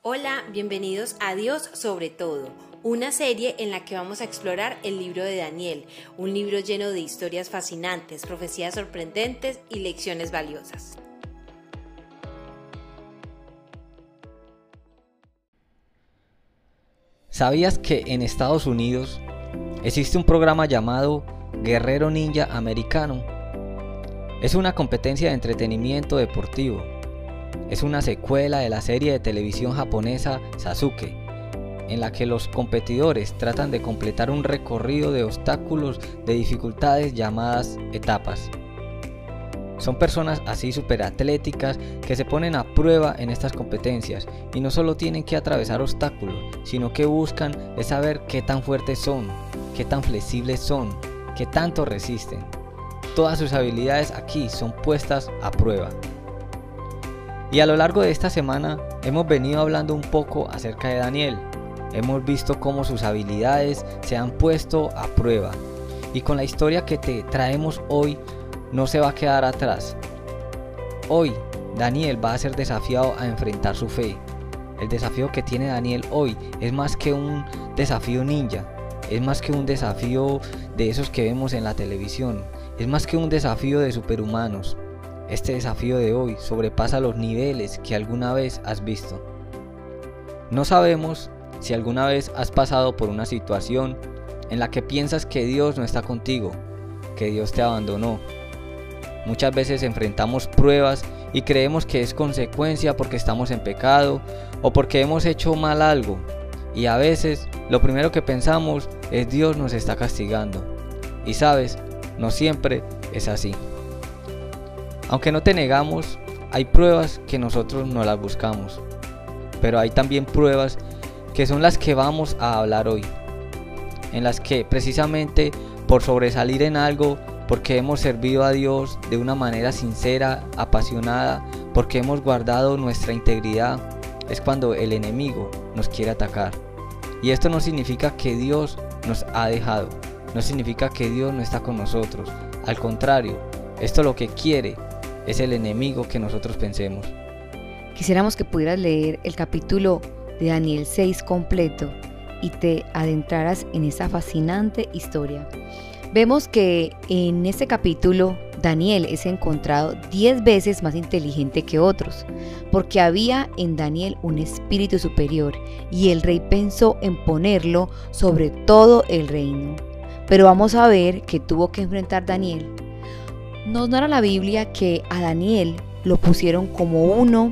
Hola, bienvenidos a Dios sobre todo, una serie en la que vamos a explorar el libro de Daniel, un libro lleno de historias fascinantes, profecías sorprendentes y lecciones valiosas. ¿Sabías que en Estados Unidos existe un programa llamado Guerrero Ninja Americano? Es una competencia de entretenimiento deportivo. Es una secuela de la serie de televisión japonesa Sasuke, en la que los competidores tratan de completar un recorrido de obstáculos de dificultades llamadas etapas. Son personas así superatléticas que se ponen a prueba en estas competencias y no solo tienen que atravesar obstáculos, sino que buscan es saber qué tan fuertes son, qué tan flexibles son, qué tanto resisten. Todas sus habilidades aquí son puestas a prueba. Y a lo largo de esta semana hemos venido hablando un poco acerca de Daniel. Hemos visto cómo sus habilidades se han puesto a prueba. Y con la historia que te traemos hoy no se va a quedar atrás. Hoy Daniel va a ser desafiado a enfrentar su fe. El desafío que tiene Daniel hoy es más que un desafío ninja. Es más que un desafío de esos que vemos en la televisión. Es más que un desafío de superhumanos. Este desafío de hoy sobrepasa los niveles que alguna vez has visto. No sabemos si alguna vez has pasado por una situación en la que piensas que Dios no está contigo, que Dios te abandonó. Muchas veces enfrentamos pruebas y creemos que es consecuencia porque estamos en pecado o porque hemos hecho mal algo. Y a veces lo primero que pensamos es Dios nos está castigando. Y sabes, no siempre es así. Aunque no te negamos, hay pruebas que nosotros no las buscamos, pero hay también pruebas que son las que vamos a hablar hoy, en las que precisamente por sobresalir en algo, porque hemos servido a Dios de una manera sincera, apasionada, porque hemos guardado nuestra integridad, es cuando el enemigo nos quiere atacar. Y esto no significa que Dios nos ha dejado, no significa que Dios no está con nosotros, al contrario, esto lo que quiere es el enemigo que nosotros pensemos. Quisiéramos que pudieras leer el capítulo de Daniel 6 completo y te adentraras en esa fascinante historia. Vemos que en este capítulo Daniel es encontrado 10 veces más inteligente que otros, porque había en Daniel un espíritu superior y el rey pensó en ponerlo sobre todo el reino. Pero vamos a ver que tuvo que enfrentar Daniel. Nos narra la Biblia que a Daniel lo pusieron como uno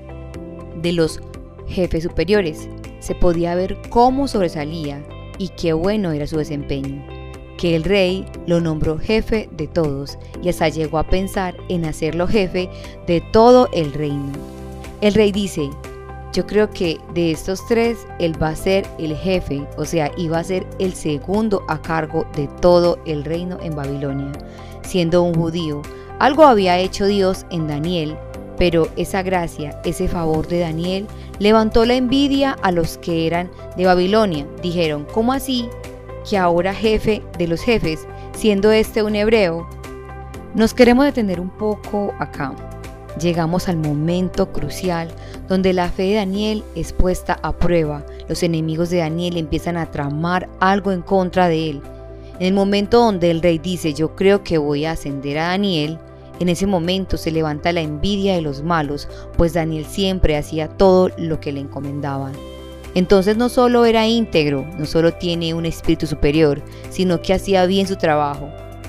de los jefes superiores. Se podía ver cómo sobresalía y qué bueno era su desempeño. Que el rey lo nombró jefe de todos y hasta llegó a pensar en hacerlo jefe de todo el reino. El rey dice: yo creo que de estos tres él va a ser el jefe, o sea, iba a ser el segundo a cargo de todo el reino en Babilonia. Siendo un judío, algo había hecho Dios en Daniel, pero esa gracia, ese favor de Daniel, levantó la envidia a los que eran de Babilonia. Dijeron: ¿cómo así que ahora jefe de los jefes, siendo este un hebreo? Nos queremos detener un poco acá. Llegamos al momento crucial donde la fe de Daniel es puesta a prueba. Los enemigos de Daniel empiezan a tramar algo en contra de él. En el momento donde el rey dice: yo creo que voy a ascender a Daniel, en ese momento se levanta la envidia de los malos, pues Daniel siempre hacía todo lo que le encomendaban. Entonces no solo era íntegro, no solo tiene un espíritu superior, sino que hacía bien su trabajo.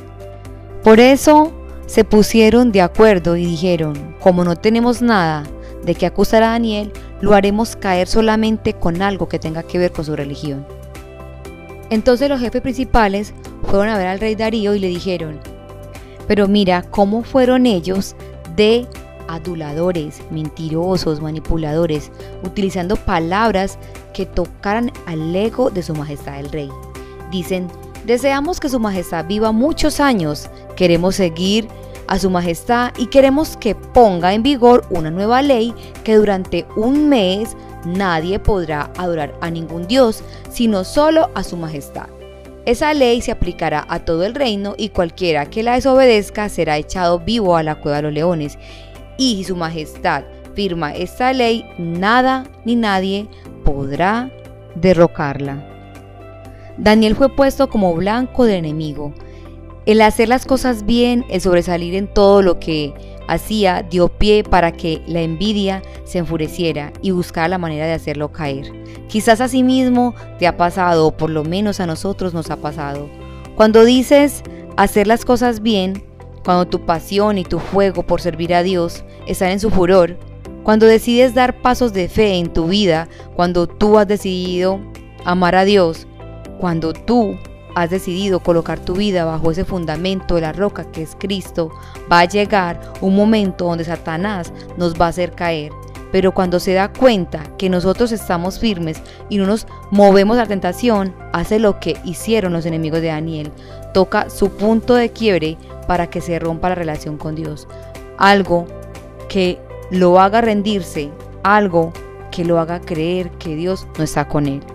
Por eso se pusieron de acuerdo y dijeron: como no tenemos nada de qué acusar a Daniel, lo haremos caer solamente con algo que tenga que ver con su religión. Entonces los jefes principales fueron a ver al rey Darío y le dijeron: pero mira cómo fueron ellos de aduladores, mentirosos, manipuladores, utilizando palabras que tocaran al ego de su majestad el rey. Dicen: deseamos que su majestad viva muchos años, queremos seguir a su majestad y queremos que ponga en vigor una nueva ley que durante un mes nadie podrá adorar a ningún dios, sino solo a su majestad. Esa ley se aplicará a todo el reino y cualquiera que la desobedezca será echado vivo a la cueva de los leones. Y si su majestad afirma esta ley, nada ni nadie podrá derrocarla. Daniel fue puesto como blanco del enemigo. El hacer las cosas bien, el sobresalir en todo lo que hacía, dio pie para que la envidia se enfureciera y buscara la manera de hacerlo caer. Quizás a sí mismo te ha pasado, o por lo menos a nosotros nos ha pasado. Cuando dices hacer las cosas bien, cuando tu pasión y tu fuego por servir a Dios están en su furor, cuando decides dar pasos de fe en tu vida, cuando tú has decidido amar a Dios, cuando tú has decidido colocar tu vida bajo ese fundamento de la roca que es Cristo, va a llegar un momento donde Satanás nos va a hacer caer. Pero cuando se da cuenta que nosotros estamos firmes y no nos movemos a la tentación, hace lo que hicieron los enemigos de Daniel. Toca su punto de quiebre para que se rompa la relación con Dios. Algo que lo haga rendirse, algo que lo haga creer que Dios no está con él.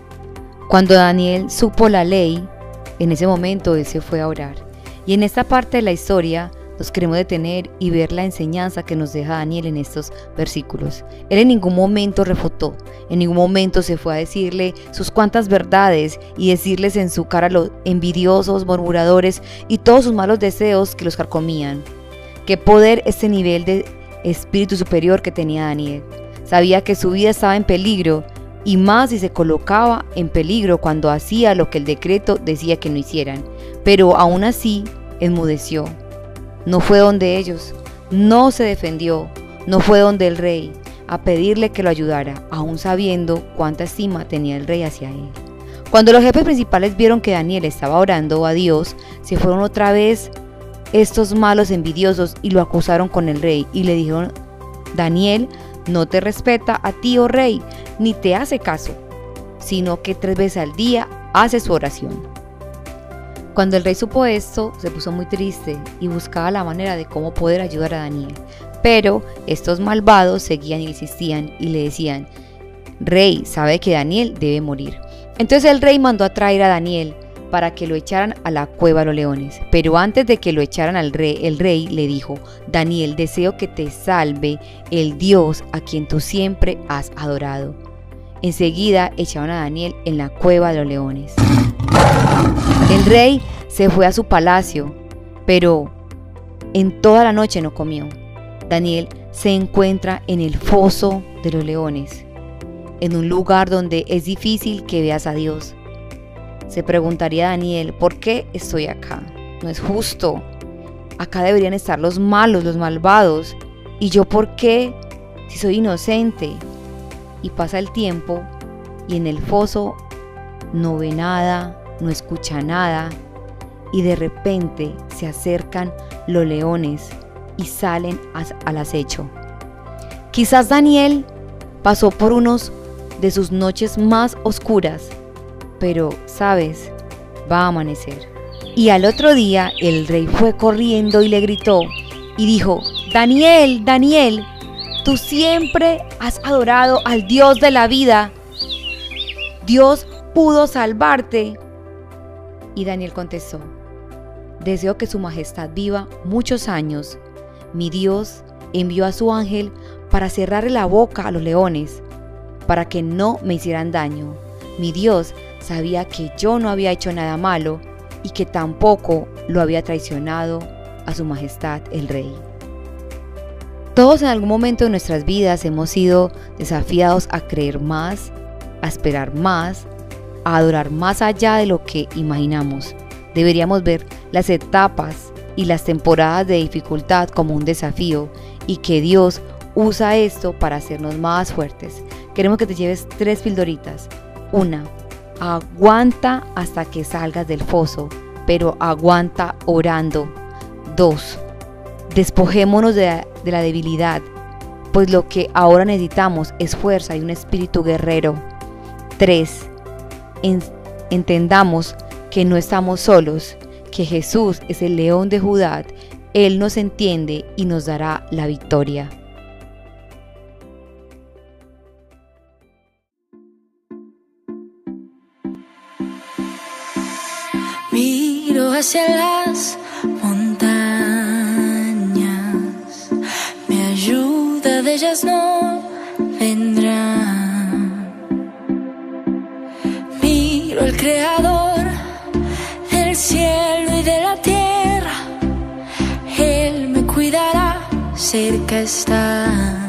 Cuando Daniel supo la ley, en ese momento él se fue a orar. Y en esta parte de la historia nos queremos detener y ver la enseñanza que nos deja Daniel en estos versículos. Él en ningún momento refutó, en ningún momento se fue a decirle sus cuantas verdades y decirles en su cara a los envidiosos, murmuradores y todos sus malos deseos que los carcomían. Qué poder este nivel de espíritu superior que tenía Daniel. Sabía que su vida estaba en peligro, y más si se colocaba en peligro cuando hacía lo que el decreto decía que no hicieran. Pero aún así, enmudeció. No fue donde ellos, no se defendió, no fue donde el rey a pedirle que lo ayudara, aún sabiendo cuánta estima tenía el rey hacia él. Cuando los jefes principales vieron que Daniel estaba orando a Dios, se fueron otra vez estos malos envidiosos y lo acusaron con el rey y le dijeron: Daniel no te respeta a ti, oh rey, ni te hace caso, sino que 3 veces al día hace su oración. Cuando el rey supo esto, se puso muy triste y buscaba la manera de cómo poder ayudar a Daniel. Pero estos malvados seguían y insistían y le decían: Rey, sabe que Daniel debe morir. Entonces el rey mandó a traer a Daniel para que lo echaran a la cueva de los leones. Pero antes de que lo echaran al rey, el rey le dijo: Daniel, deseo que te salve el Dios a quien tú siempre has adorado. Enseguida echaron a Daniel en la cueva de los leones. El rey se fue a su palacio, pero en toda la noche no comió. Daniel se encuentra en el foso de los leones, en un lugar donde es difícil que veas a Dios. Se preguntaría Daniel: ¿por qué estoy acá? No es justo. Acá deberían estar los malos, los malvados. ¿Y yo por qué? Si soy inocente. Y pasa el tiempo y en el foso no ve nada, no escucha nada. Y de repente se acercan los leones y salen al acecho. Quizás Daniel pasó por unos de sus noches más oscuras, pero, ¿sabes? Va a amanecer. Y al otro día el rey fue corriendo y le gritó y dijo: Daniel, Daniel, tú siempre has adorado al Dios de la vida. Dios pudo salvarte. Y Daniel contestó: deseo que su majestad viva muchos años. Mi Dios envió a su ángel para cerrarle la boca a los leones, para que no me hicieran daño. Mi Dios sabía que yo no había hecho nada malo y que tampoco lo había traicionado a su majestad el rey. Todos en algún momento de nuestras vidas hemos sido desafiados a creer más, a esperar más, a adorar más allá de lo que imaginamos. Deberíamos ver las etapas y las temporadas de dificultad como un desafío y que Dios usa esto para hacernos más fuertes. Queremos que te lleves 3 pildoritas. 1. Aguanta hasta que salgas del foso, pero aguanta orando. 2. Despojémonos de la debilidad, pues lo que ahora necesitamos es fuerza y un espíritu guerrero. 3. Entendamos que no estamos solos, que Jesús es el león de Judá. Él nos entiende y nos dará la victoria. Miro hacia las montañas, me ayuda de ellas no vendrán. Miro al Creador del cielo y de la tierra, Él me cuidará, cerca está.